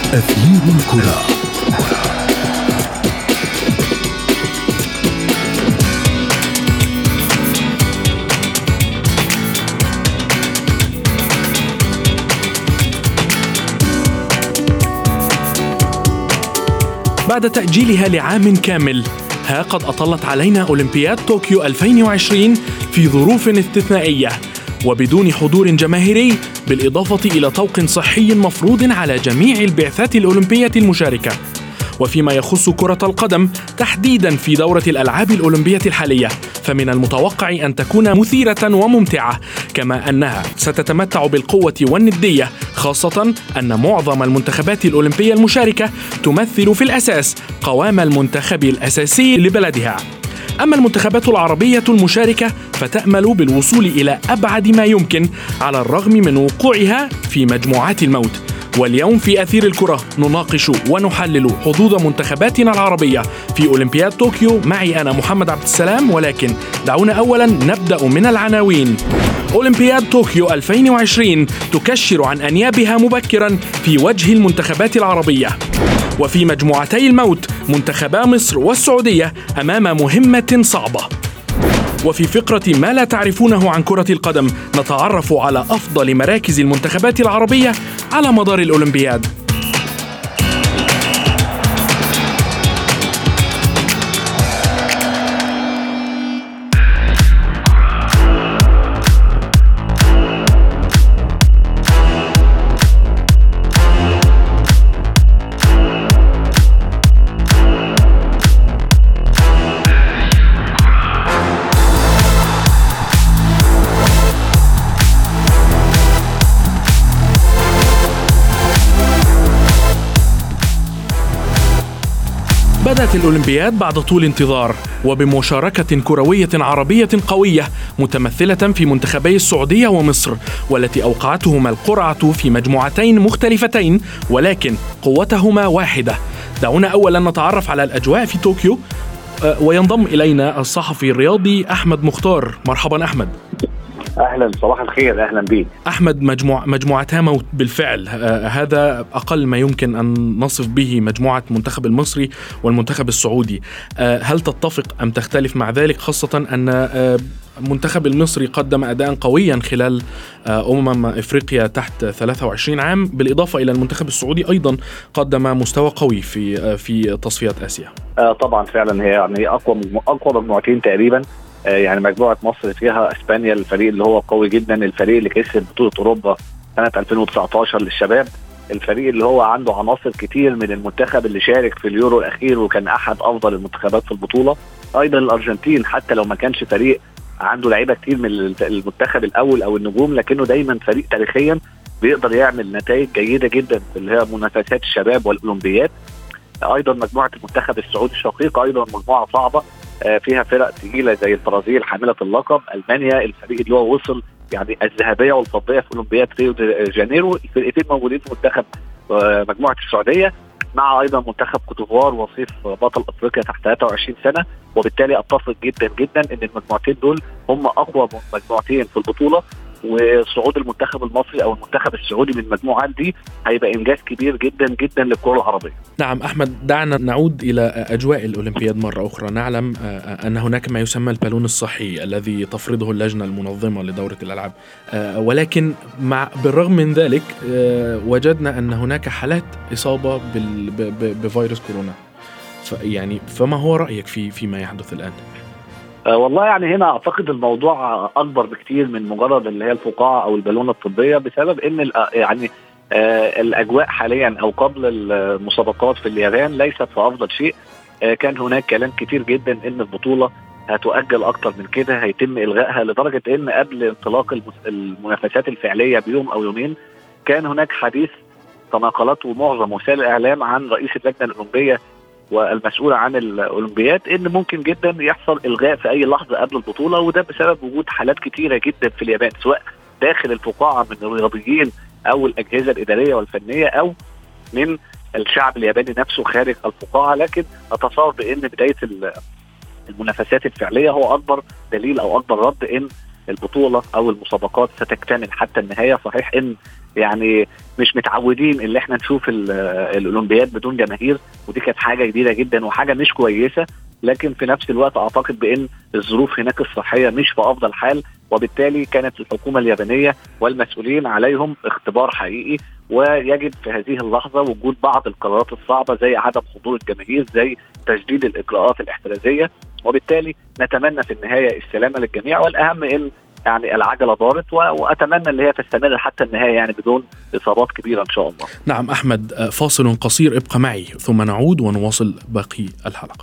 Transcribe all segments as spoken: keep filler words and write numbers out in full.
أثير الكرة. بعد تأجيلها لعام كامل، ها قد أطلت علينا أولمبياد طوكيو ألفين وعشرين في ظروف استثنائية وبدون حضور جماهيري، بالإضافة إلى طوق صحي مفروض على جميع البعثات الأولمبية المشاركة. وفيما يخص كرة القدم تحديداً في دورة الألعاب الأولمبية الحالية، فمن المتوقع أن تكون مثيرة وممتعة، كما أنها ستتمتع بالقوة والندية، خاصة أن معظم المنتخبات الأولمبية المشاركة تمثل في الأساس قوام المنتخب الأساسي لبلدها. أما المنتخبات العربية المشاركة فتأمل بالوصول إلى أبعد ما يمكن على الرغم من وقوعها في مجموعات الموت. واليوم في أثير الكرة نناقش ونحلل حظوظ منتخباتنا العربية في أولمبياد طوكيو. معي أنا محمد عبد السلام، ولكن دعونا أولا نبدأ من العناوين. أولمبياد طوكيو ألفين وعشرين تكشر عن أنيابها مبكرا في وجه المنتخبات العربية. وفي مجموعتي الموت منتخبا مصر والسعودية أمام مهمة صعبة. وفي فقرة ما لا تعرفونه عن كرة القدم نتعرف على أفضل مراكز المنتخبات العربية على مدار الأولمبياد. بدأت الأولمبياد بعد طول انتظار وبمشاركة كروية عربية قوية متمثلة في منتخبي السعودية ومصر، والتي أوقعتهما القرعة في مجموعتين مختلفتين ولكن قوتهما واحدة. دعونا أولا نتعرف على الأجواء في طوكيو، وينضم إلينا الصحفي الرياضي أحمد مختار. مرحبا أحمد. أهلا، صباح الخير، أهلا بك أحمد. مجموع مجموعتها موت بالفعل، آه هذا أقل ما يمكن أن نصف به مجموعة المنتخب المصري والمنتخب السعودي. آه هل تتفق أم تختلف مع ذلك، خاصة أن آه المنتخب المصري قدم أداء قويا خلال آه أمم إفريقيا تحت ثلاثة وعشرين عام، بالإضافة إلى المنتخب السعودي أيضا قدم مستوى قوي في آه في تصفيات آسيا؟ آه طبعا فعلا هي يعني أقوى أقوى مجموعتين تقريبا. يعني مجموعة مصر فيها اسبانيا، الفريق اللي هو قوي جدا، الفريق اللي كسب بطولة اوروبا سنة ألفين وتسعة عشر للشباب، الفريق اللي هو عنده عناصر كتير من المنتخب اللي شارك في اليورو الاخير وكان احد افضل المنتخبات في البطولة. ايضا الارجنتين حتى لو ما كانش فريق عنده لعيبة كتير من المنتخب الاول او النجوم، لكنه دايما فريق تاريخيا بيقدر يعمل نتائج جيدة جدا في اللي هي منافسات الشباب والاولمبيات. ايضا مجموعة المنتخب السعودي الشقيق ايضا مجموعة صعبة فيها فرق ثقيله زي البرازيل حامله اللقب، المانيا الفريق اللي هو وصل يعني الذهبيه والفضيه في اولمبياد ريو دي جانيرو، الفرقتين موجودين في منتخب مجموعه السعوديه، مع ايضا منتخب كوت ديفوار وصيف بطل افريقيا تحت ثلاثة وعشرين سنه. وبالتالي اتفق جدا جدا ان المجموعتين دول هم اقوى مجموعتين في البطوله، وصعود المنتخب المصري او المنتخب السعودي من المجموعات دي هيبقى انجاز كبير جدا جدا للكره العربيه. نعم أحمد، دعنا نعود الى اجواء الاولمبياد مره اخرى. نعلم ان هناك ما يسمى البالون الصحي الذي تفرضه اللجنه المنظمه لدوره الالعاب، ولكن مع بالرغم من ذلك وجدنا ان هناك حالات اصابه بفيروس كورونا. يعني فما هو رايك في فيما يحدث الان؟ أه والله يعني هنا اعتقد الموضوع اكبر بكتير من مجرد اللي هي الفقاعه او البالونه الطبيه، بسبب ان يعني أه الاجواء حاليا او قبل المسابقات في اليابان ليست في افضل شيء. أه كان هناك كلام كتير جدا ان البطوله هتؤجل اكتر من كده، هيتم الغائها، لدرجه ان قبل انطلاق المنافسات الفعليه بيوم او يومين كان هناك حديث تناقلات ومعظم وسائل الاعلام عن رئيس اللجنه الاولمبيه والمسؤولة عن الأولمبياد إن ممكن جدا يحصل إلغاء في أي لحظة قبل البطولة، وده بسبب وجود حالات كتيرة جدا في اليابان سواء داخل الفقاعة من الرياضيين أو الأجهزة الإدارية والفنية أو من الشعب الياباني نفسه خارج الفقاعة. لكن أتصور بأن بداية المنافسات الفعلية هو أكبر دليل أو أكبر رد إن البطولة أو المسابقات ستكتمل حتى النهاية. صحيح إن يعني مش متعودين اللي احنا نشوف الاولمبياد بدون جماهير، ودي كانت حاجه جديده جدا وحاجه مش كويسه. لكن في نفس الوقت اعتقد بان الظروف هناك الصحيه مش في افضل حال، وبالتالي كانت الحكومه اليابانيه والمسؤولين عليهم اختبار حقيقي، ويجب في هذه اللحظه وجود بعض القرارات الصعبه زي عدم حضور الجماهير، زي تجديد الاجراءات الاحترازيه، وبالتالي نتمنى في النهايه السلامه للجميع، والاهم ان يعني العجله دارت، واتمنى ان هي تستمر حتى النهايه يعني بدون اصابات كبيره ان شاء الله. نعم أحمد، فاصل قصير، ابقى معي ثم نعود ونواصل باقي الحلقه.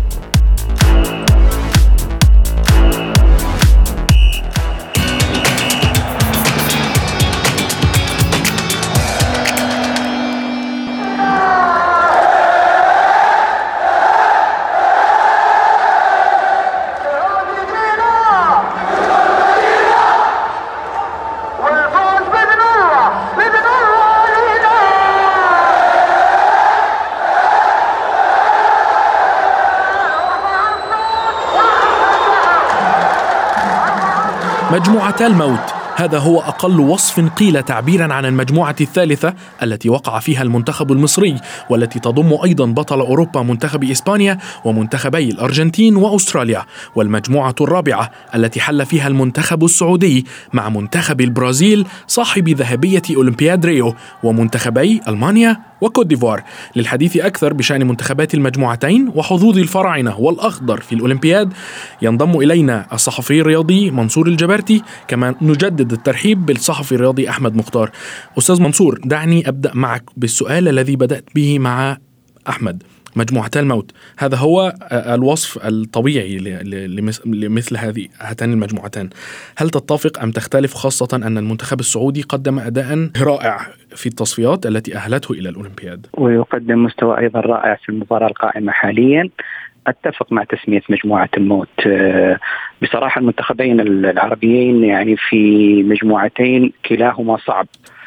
مجموعة الموت، هذا هو أقل وصف قيل تعبيرا عن المجموعة الثالثة التي وقع فيها المنتخب المصري، والتي تضم أيضا بطل أوروبا منتخب إسبانيا ومنتخبي الأرجنتين وأستراليا، والمجموعة الرابعة التي حل فيها المنتخب السعودي مع منتخب البرازيل صاحب ذهبية أولمبياد ريو ومنتخبي ألمانيا وكوت ديفوار. للحديث أكثر بشأن منتخبات المجموعتين وحظوظ الفراعنة والأخضر في الأولمبياد ينضم إلينا الصحفي الرياضي منصور الجبرتي، كما نجدد الترحيب بالصحفي الرياضي أحمد مختار. أستاذ منصور، دعني أبدأ معك بالسؤال الذي بدأت به مع أحمد. مجموعة الموت، هذا هو الوصف الطبيعي لمثل هذه هاتان المجموعتان. هل تتفق أم تختلف، خاصة أن المنتخب السعودي قدم أداء رائع في التصفيات التي أهلته إلى الأولمبياد، ويقدم مستوى أيضا رائع في المباراة القائمة حاليا؟ أتفق مع تسمية مجموعة الموت. بصراحة المنتخبين العربيين يعني في مجموعتين كلاهما صعب،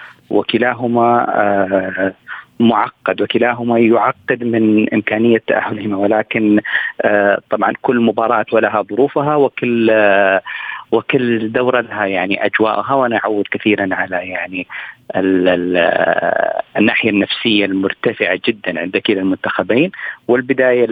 وكلاهما معقد، وكلاهما يعقد من إمكانية تأهلهما، ولكن طبعا كل مباراة ولها ظروفها، وكل وكل دورة لها يعني أجواءها، ونعود كثيرا على يعني ال ال الناحية النفسية المرتفعة جدا عند كلا المنتخبين، والبداية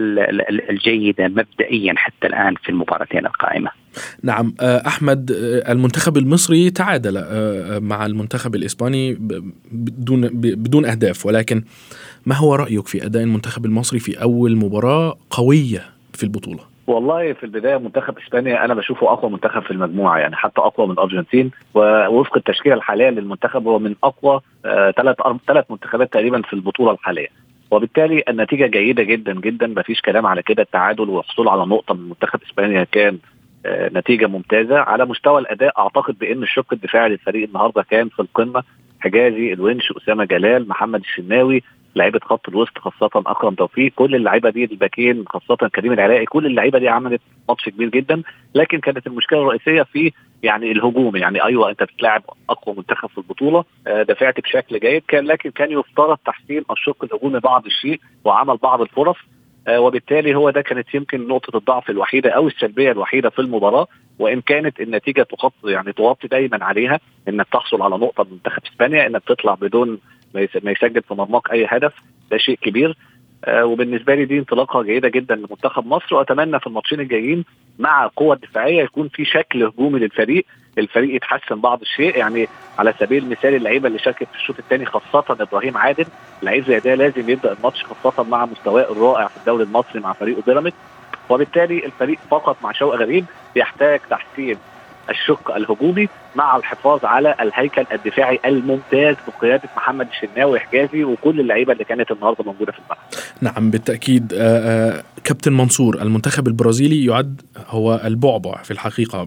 الجيدة مبدئيا حتى الآن في المباراتين القائمة. نعم أحمد، المنتخب المصري تعادل مع المنتخب الإسباني بدون بدون أهداف، ولكن ما هو رأيك في أداء المنتخب المصري في أول مباراة قوية في البطولة؟ والله في البداية منتخب إسبانيا أنا بشوفه أقوى منتخب في المجموعة، يعني حتى أقوى من الأرجنتين، ووفق التشكيلة الحالية للمنتخب هو من أقوى ثلاث ثلاث منتخبات تقريبا في البطولة الحالية، وبالتالي النتيجة جيدة جدا جدا، مفيش كلام على كده. التعادل والحصول على نقطة من منتخب إسبانيا كان آه نتيجة ممتازة. على مستوى الأداء أعتقد بأن الشق الدفاعي للفريق النهاردة كان في القمة، حجازي، الونش، أسامة جلال، محمد الشناوي، لعيبه خط الوسط خاصه اكرم توفيق، كل اللعيبه دي، الباكين خاصه كريم العراقي، كل اللعيبه دي عملت ماتش كبير جدا. لكن كانت المشكله الرئيسيه في يعني الهجوم. يعني ايوه انت بتلاعب اقوى منتخب في البطوله، دفعت بشكل جيد كان، لكن كان يفترض تحسين الشق الهجومي بعض الشيء وعمل بعض الفرص، وبالتالي هو ده كانت يمكن نقطه الضعف الوحيده او السلبيه الوحيده في المباراه. وان كانت النتيجه تخط يعني توطي دايما عليها انك تحصل على نقطه من منتخب اسبانيا، انك تطلع بدون ما يسجل في مرماك اي هدف، ده شيء كبير. آه وبالنسبه لي دي انطلاقه جيده جدا لمنتخب مصر، واتمنى في الماتشين الجايين مع القوه الدفاعيه يكون في شكل هجومي للفريق، الفريق يتحسن بعض الشيء. يعني على سبيل المثال اللعيبه اللي شاركت في الشوط الثاني خاصه ابراهيم عادل، لعيب زي ده لازم يبدا الماتش خاصه مع مستواه الرائع في الدوري المصري مع فريقه بيراميدز، وبالتالي الفريق فقط مع شوقي غريب يحتاج تحسين الشق الهجومي مع الحفاظ على الهيكل الدفاعي الممتاز بقيادة محمد الشناوي وحجازي وكل اللعيبة اللي كانت النهاردة موجودة في الملعب. نعم بالتأكيد. آآ كابتن منصور، المنتخب البرازيلي يعد هو البعبع في الحقيقة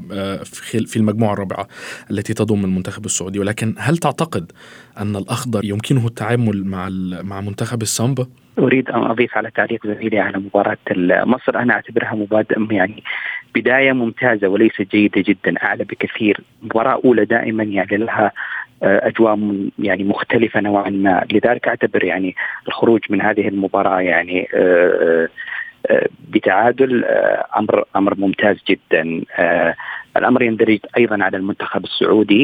في المجموعة الرابعة التي تضم المنتخب السعودي، ولكن هل تعتقد أن الأخضر يمكنه التعامل مع مع منتخب السامبا؟ أريد أن أضيف على تعليق زميلي على مباراة مصر، أنا أعتبرها مبادئ يعني بداية ممتازة وليس جيدة جدا، أعلى بكثير. مباراة أولى دائما يعني لها أجواء يعني مختلفة نوعا ما، لذلك أعتبر يعني الخروج من هذه المباراة يعني بتعادل أمر أمر ممتاز جدا. الأمر يندرج أيضا على المنتخب السعودي،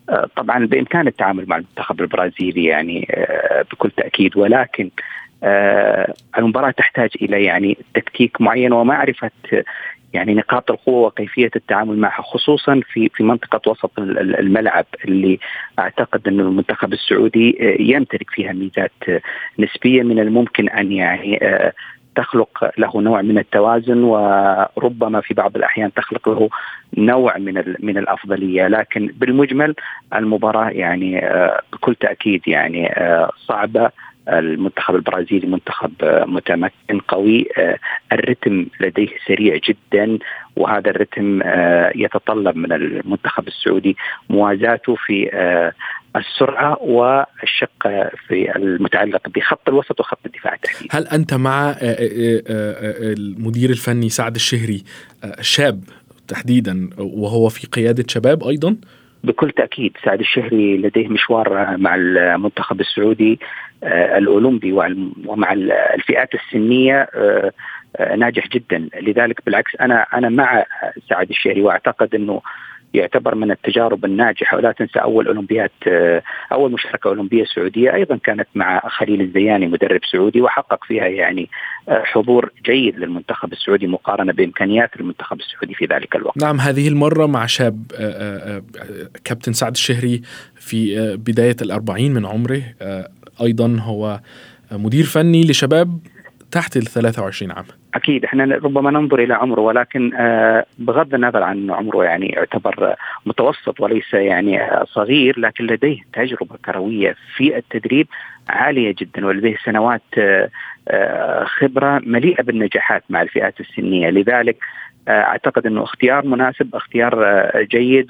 طبعا بإمكان التعامل مع المنتخب البرازيلي يعني بكل تأكيد، ولكن المباراة تحتاج إلى يعني تكتيك معين ومعرفة يعني نقاط القوة وكيفية التعامل معها، خصوصا في في منطقة وسط الملعب اللي أعتقد أن المنتخب السعودي يمتلك فيها ميزات نسبية من الممكن أن يعني تخلق له نوع من التوازن، وربما في بعض الأحيان تخلق له نوع من من الأفضلية. لكن بالمجمل المباراة يعني بكل تأكيد يعني صعبة. المنتخب البرازيلي منتخب متمكن قوي، الرتم لديه سريع جدا، وهذا الرتم يتطلب من المنتخب السعودي موازاته في السرعة والشق في المتعلق بخط الوسط وخط الدفاع تحديدا. هل أنت مع المدير الفني سعد الشهري شاب تحديدا وهو في قيادة شباب أيضا؟ بكل تأكيد سعد الشهري لديه مشوار مع المنتخب السعودي الأولمبي ومع الفئات السنية ناجح جدا. لذلك بالعكس أنا أنا مع سعد الشهري، وأعتقد أنه يعتبر من التجارب الناجحة. ولا تنسى أول أولمبياد أول مشاركة أولمبية سعودية أيضا كانت مع خليل الزياني مدرب سعودي، وحقق فيها يعني حضور جيد للمنتخب السعودي مقارنة بإمكانيات المنتخب السعودي في ذلك الوقت. نعم، هذه المرة مع شاب كابتن سعد الشهري في بداية الأربعين من عمره، أيضا هو مدير فني لشباب تحت الثلاثة وعشرين عام. أكيد إحنا ربما ننظر إلى عمره، ولكن بغض النظر عن عمره يعني يعتبر متوسط وليس يعني صغير، لكن لديه تجربة كروية في التدريب عالية جدا، ولديه سنوات خبرة مليئة بالنجاحات مع الفئات السنية. لذلك أعتقد أنه اختيار مناسب، اختيار جيد،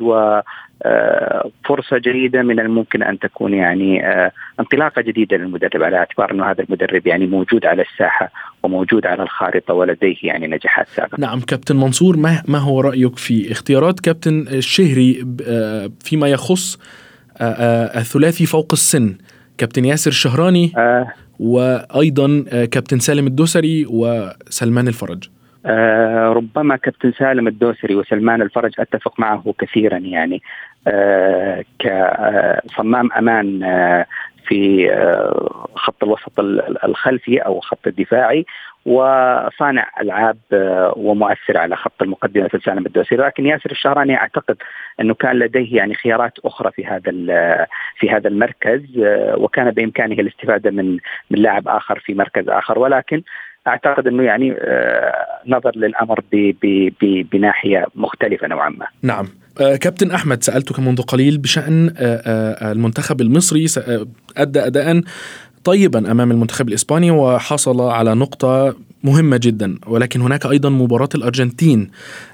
وفرصة جيدة من الممكن أن تكون يعني انطلاقة جديدة للمدرب، على اعتبار أنه هذا المدرب يعني موجود على الساحة وموجود على الخارطة ولديه يعني نجاحات سابقة. نعم كابتن منصور، ما ما هو رأيك في اختيارات كابتن الشهري فيما يخص الثلاثي فوق السن، كابتن ياسر الشهراني آه. وأيضا كابتن سالم الدوسري وسلمان الفرج؟ آه ربما كابتن سالم الدوسري وسلمان الفرج أتفق معه كثيرا، يعني آه كصمام أمان آه في آه خط الوسط الخلفي أو خط الدفاعي، وصانع ألعاب آه ومؤثر على خط المقدمة في سالم الدوسري. لكن ياسر الشهراني أعتقد أنه كان لديه يعني خيارات أخرى في هذا في هذا المركز، آه وكان بإمكانه الاستفادة من من لاعب آخر في مركز آخر، ولكن أعتقد أنه يعني نظر للأمر ب ب ب بناحية مختلفة نوعا ما. نعم كابتن أحمد، سألتك منذ قليل بشأن المنتخب المصري، أدى أداء طيبا أمام المنتخب الإسباني وحصل على نقطة مهمة جدا، ولكن هناك أيضا مباراة الأرجنتين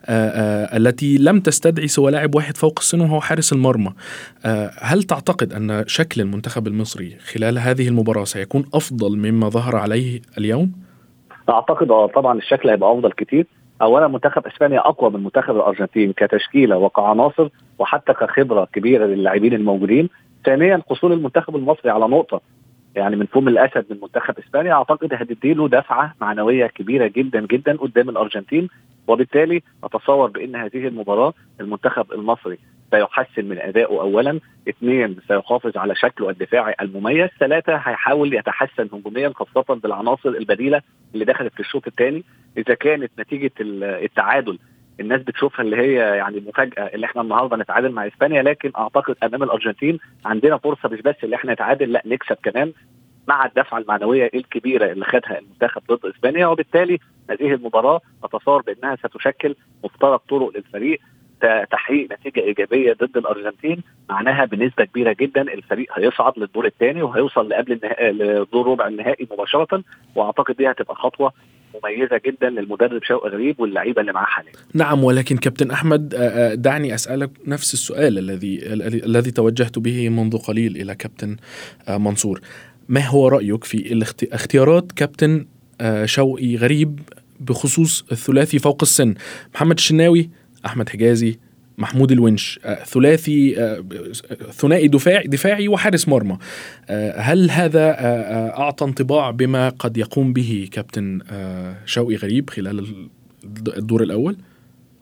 التي لم تستدعي سوى لاعب واحد فوق السن وهو حارس المرمى. هل تعتقد أن شكل المنتخب المصري خلال هذه المباراة سيكون أفضل مما ظهر عليه اليوم؟ اعتقد اه طبعا الشكل هيبقى افضل كتير. اولا منتخب اسبانيا اقوى من منتخب الارجنتين كتشكيله وكعناصر وحتى كخبره كبيره للاعبين الموجودين. ثانيا حصول المنتخب المصري على نقطه يعني من فم الاسد من منتخب اسبانيا اعتقد هتديله دفعه معنويه كبيره جدا جدا قدام الارجنتين، وبالتالي اتصور بان هذه المباراه المنتخب المصري سيحسن من ادائه اولا، اثنين سيحافظ على شكله الدفاعي المميز، ثلاثه هيحاول يتحسن هجوميا خاصه بالعناصر البديله اللي دخلت في الشوط الثاني. اذا كانت نتيجه التعادل الناس بتشوفها اللي هي يعني مفاجاه اللي احنا النهارده نتعادل مع اسبانيا، لكن اعتقد امام الارجنتين عندنا فرصه مش بس اللي احنا نتعادل، لا نكسب كمان مع الدفعه المعنويه الكبيره اللي خدها المنتخب ضد اسبانيا. وبالتالي هذه المباراه اتصور بانها ستشكل مفترق طرق للفريق تحقيق نتيجه ايجابيه ضد الارجنتين، معناها بنسبه كبيره جدا الفريق هيصعد للدور الثاني وهيوصل لقبل النهائي لدور ربع النهائي مباشره، واعتقد دي هتبقى خطوه مميزه جدا للمدرب شوقي غريب واللعيبه اللي معاه حاليا. نعم، ولكن كابتن احمد دعني اسالك نفس السؤال الذي الذي توجهت به منذ قليل الى كابتن منصور. ما هو رايك في اختيارات كابتن شوقي غريب بخصوص الثلاثي فوق السن؟ محمد الشناوي، أحمد حجازي، محمود الونش، ثلاثي ثنائي دفاعي دفاعي وحارس مرمى. هل هذا أعطى انطباع بما قد يقوم به كابتن شوقي غريب خلال الدور الأول؟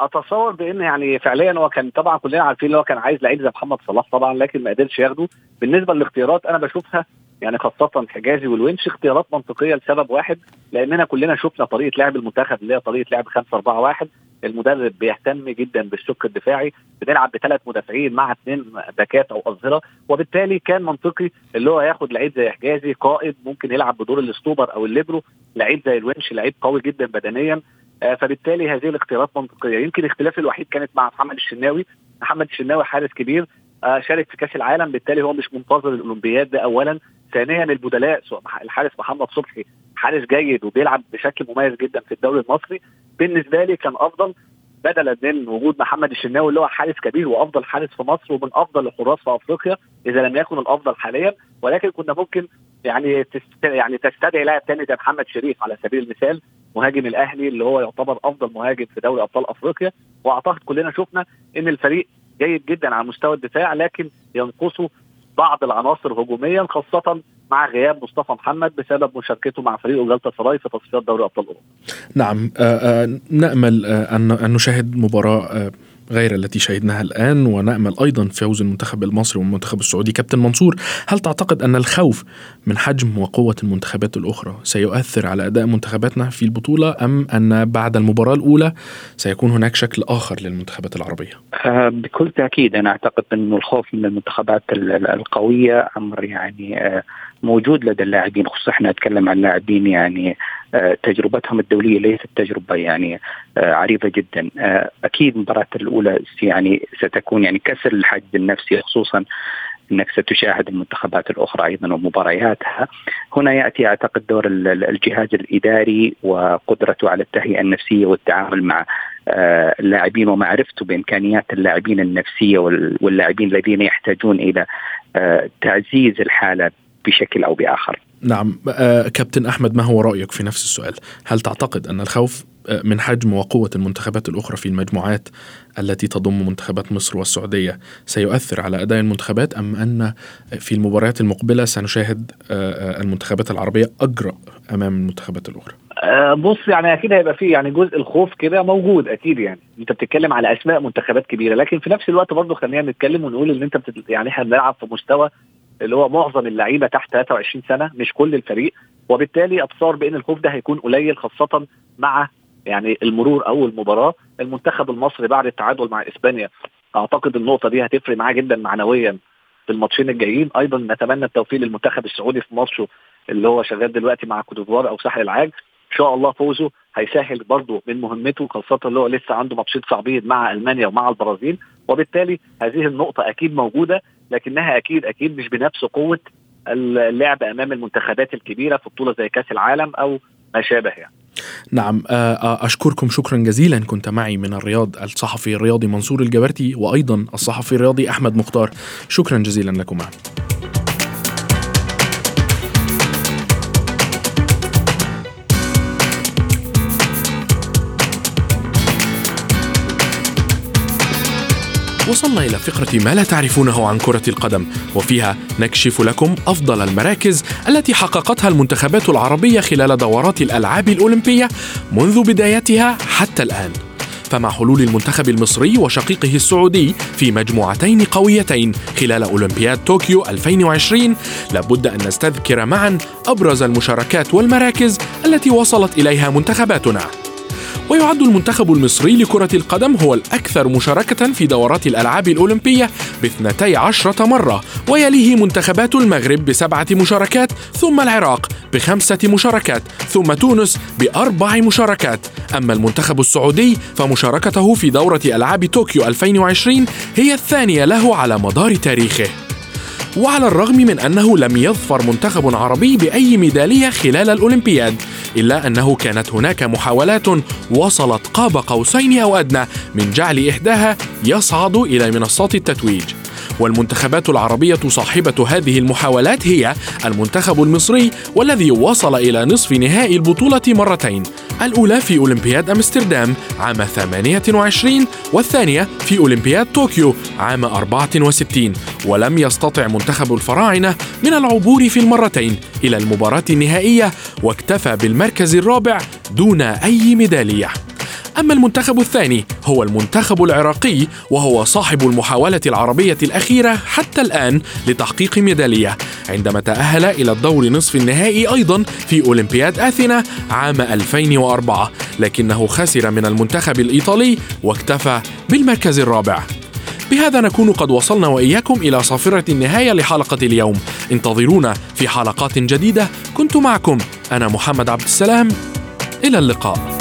اتصور بان يعني فعليا هو كان طبعا كلنا عارفين ان هو كان عايز لعيب زي محمد صلاح طبعا، لكن ما قدرش ياخده. بالنسبه للاختيارات انا بشوفها يعني خاصه حجازي والونش اختيارات منطقيه لسبب واحد، لاننا كلنا شفنا طريقه لعب المنتخب اللي هي طريقه لعب خمسة أربعة واحد. المدرب بيهتم جدا بالشق الدفاعي، بنلعب بثلاث مدافعين مع اثنين باكات او اظهره، وبالتالي كان منطقي اللي هو ياخد لعيب زي حجازي قائد ممكن يلعب بدور الاستوبر او الليبرو، لعيب زي الونش لعيب قوي جدا بدنيا. آه فبالتالي هذه الاختيارات منطقيه. يمكن الاختلاف الوحيد كانت مع محمد الشناوي. محمد الشناوي حارس كبير، آه شارك في كاس العالم، بالتالي هو مش منتظر الاولمبياد ده اولا. ثانيا البدلاء الحارس محمد صبحي حارس جيد وبيلعب بشكل مميز جدا في الدوري المصري. بالنسبه لي كان افضل بدلا من وجود محمد الشناوي اللي هو حارس كبير وافضل حارس في مصر ومن افضل الحراس في افريقيا اذا لم يكن الافضل حاليا، ولكن كنا ممكن يعني تست... يعني تستدعي لاعب ثاني زي محمد شريف على سبيل المثال، مهاجم الاهلي اللي هو يعتبر افضل مهاجم في دوري ابطال افريقيا. واعتقد كلنا شفنا ان الفريق جيد جدا على مستوى الدفاع، لكن ينقصه بعض العناصر هجوميا، خاصه مع غياب مصطفى محمد بسبب مشاركته مع فريقه جلطة سراي في تصفيات دوري ابطال اوروبا. نعم، آآ آآ نأمل أن نشاهد مباراة غير التي شاهدناها الآن، ونأمل أيضا فوز المنتخب المصري والمنتخب السعودي. كابتن منصور، هل تعتقد أن الخوف من حجم وقوة المنتخبات الأخرى سيؤثر على أداء منتخباتنا في البطولة، أم أن بعد المباراة الأولى سيكون هناك شكل آخر للمنتخبات العربية؟ آه بكل تأكيد أنا أعتقد أن الخوف من المنتخبات القوية أمر يعني آه موجود لدى اللاعبين، خصوصا احنا نتكلم عن لاعبين يعني آه تجربتهم الدولية ليست تجربة يعني آه عريضة جدا. آه أكيد المباراة الأولى يعني ستكون يعني كسر الحاجز النفسي، خصوصا أنك ستشاهد المنتخبات الأخرى أيضا ومبارياتها. هنا يأتي أعتقد دور الجهاز الإداري وقدرته على التهيئة النفسية والتعامل مع اللاعبين ومعرفته بإمكانيات اللاعبين النفسية واللاعبين الذين يحتاجون إلى تعزيز الحالة بشكل أو بآخر. نعم، كابتن أحمد، ما هو رأيك في نفس السؤال؟ هل تعتقد أن الخوف من حجم وقوة المنتخبات الأخرى في المجموعات التي تضم منتخبات مصر والسعودية سيؤثر على أداء المنتخبات، أم أن في المباريات المقبلة سنشاهد المنتخبات العربية أجرأ أمام المنتخبات الأخرى؟ بص يعني أكيد هيبقى فيه يعني جزء الخوف كده موجود أكيد. يعني أنت بتتكلم على أسماء منتخبات كبيرة، لكن في نفس الوقت برضو خلينا نتكلم ونقول إن أنت بتت... يعني إحنا بنلعب في مستوى اللي هو معظم اللعيبة تحت ثلاثة وعشرين سنة، مش كل الفريق، وبالتالي أتصور بأن الخوف ده هيكون قليل، خاصة مع يعني المرور أو المباراة. المنتخب المصري بعد التعادل مع إسبانيا أعتقد النقطة دي هتفرق معاه جدا معنويا في الماتشين الجايين. أيضا نتمنى التوفيق للمنتخب السعودي في ماتشه اللي هو شغال دلوقتي مع كوت ديفوار أو ساحل العاج. إن شاء الله فوزه هيسهل برضه من مهمته، خاصة اللي هو لسه عنده ماتشين صعبين مع ألمانيا ومع البرازيل، وبالتالي هذه النقطة أكيد موجودة، لكنها أكيد أكيد مش بنفس قوة اللعب أمام المنتخبات الكبيرة في بطولة زي كأس العالم أو ما شابه يعني. نعم، أشكركم شكرا جزيلا. كنت معي من الرياض الصحفي الرياضي منصور الجبرتي، وأيضا الصحفي الرياضي أحمد مختار. شكرا جزيلا لكما. وصلنا إلى فقرة ما لا تعرفونه عن كرة القدم، وفيها نكشف لكم أفضل المراكز التي حققتها المنتخبات العربية خلال دورات الألعاب الأولمبية منذ بدايتها حتى الآن. فمع حلول المنتخب المصري وشقيقه السعودي في مجموعتين قويتين خلال أولمبياد طوكيو ألفين وعشرين، لابد أن نستذكر معا أبرز المشاركات والمراكز التي وصلت إليها منتخباتنا. ويعد المنتخب المصري لكرة القدم هو الأكثر مشاركة في دورات الألعاب الأولمبية باثنتي عشرة مرة، ويليه منتخبات المغرب بسبعة مشاركات، ثم العراق بخمسة مشاركات، ثم تونس بأربع مشاركات. أما المنتخب السعودي فمشاركته في دورة ألعاب طوكيو ألفين وعشرين هي الثانية له على مدار تاريخه. وعلى الرغم من أنه لم يظفر منتخب عربي بأي ميدالية خلال الأولمبياد، إلا أنه كانت هناك محاولات وصلت قاب قوسين أو أدنى من جعل إحداها يصعد إلى منصات التتويج. والمنتخبات العربية صاحبة هذه المحاولات هي المنتخب المصري، والذي وصل إلى نصف نهائي البطولة مرتين، الأولى في أولمبياد أمستردام عام ثمانية وعشرين، والثانية في أولمبياد طوكيو عام أربعة وستين. ولم يستطع منتخب الفراعنة من العبور في المرتين إلى المباراة النهائية، واكتفى بالمركز الرابع دون أي ميدالية. أما المنتخب الثاني هو المنتخب العراقي، وهو صاحب المحاولة العربية الأخيرة حتى الآن لتحقيق ميدالية، عندما تأهل إلى الدور نصف النهائي أيضا في أولمبياد آثينا عام ألفين وأربعة، لكنه خسر من المنتخب الإيطالي واكتفى بالمركز الرابع. بهذا نكون قد وصلنا وإياكم إلى صافرة النهاية لحلقة اليوم. انتظرونا في حلقات جديدة. كنت معكم أنا محمد عبد السلام، إلى اللقاء.